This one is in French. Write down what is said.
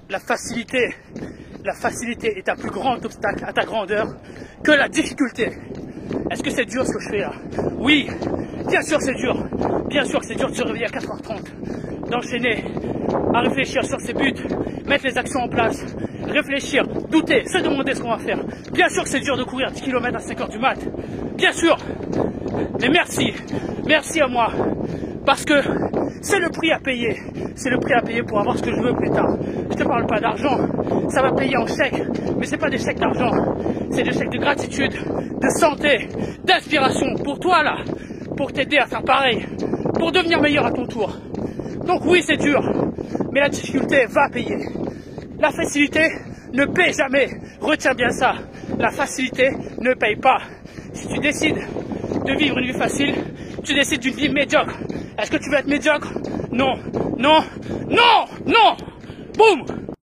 la facilité est un plus grand obstacle à ta grandeur que la difficulté. Est-ce que c'est dur ce que je fais là? Oui, bien sûr c'est dur. Bien sûr que c'est dur de se réveiller à 4h30, d'enchaîner, à réfléchir sur ses buts, mettre les actions en place, réfléchir, douter, se demander ce qu'on va faire. Bien sûr que c'est dur de courir 10 km à 5h du mat. Bien sûr. Mais merci à moi. Parce que c'est le prix à payer. C'est le prix à payer pour avoir ce que je veux plus tard. Je te parle pas d'argent. Ça va payer en chèque. Mais c'est pas des chèques d'argent. C'est des chèques de gratitude, de santé, d'inspiration pour toi là. Pour t'aider à faire pareil. Pour devenir meilleur à ton tour. Donc oui, c'est dur. Mais la difficulté va payer. La facilité ne paie jamais. Retiens bien ça. La facilité ne paye pas. Si tu décides de vivre une vie facile, tu décides d'une vie médiocre. Est-ce que tu veux être médiocre? Non, non, non, non. Boum.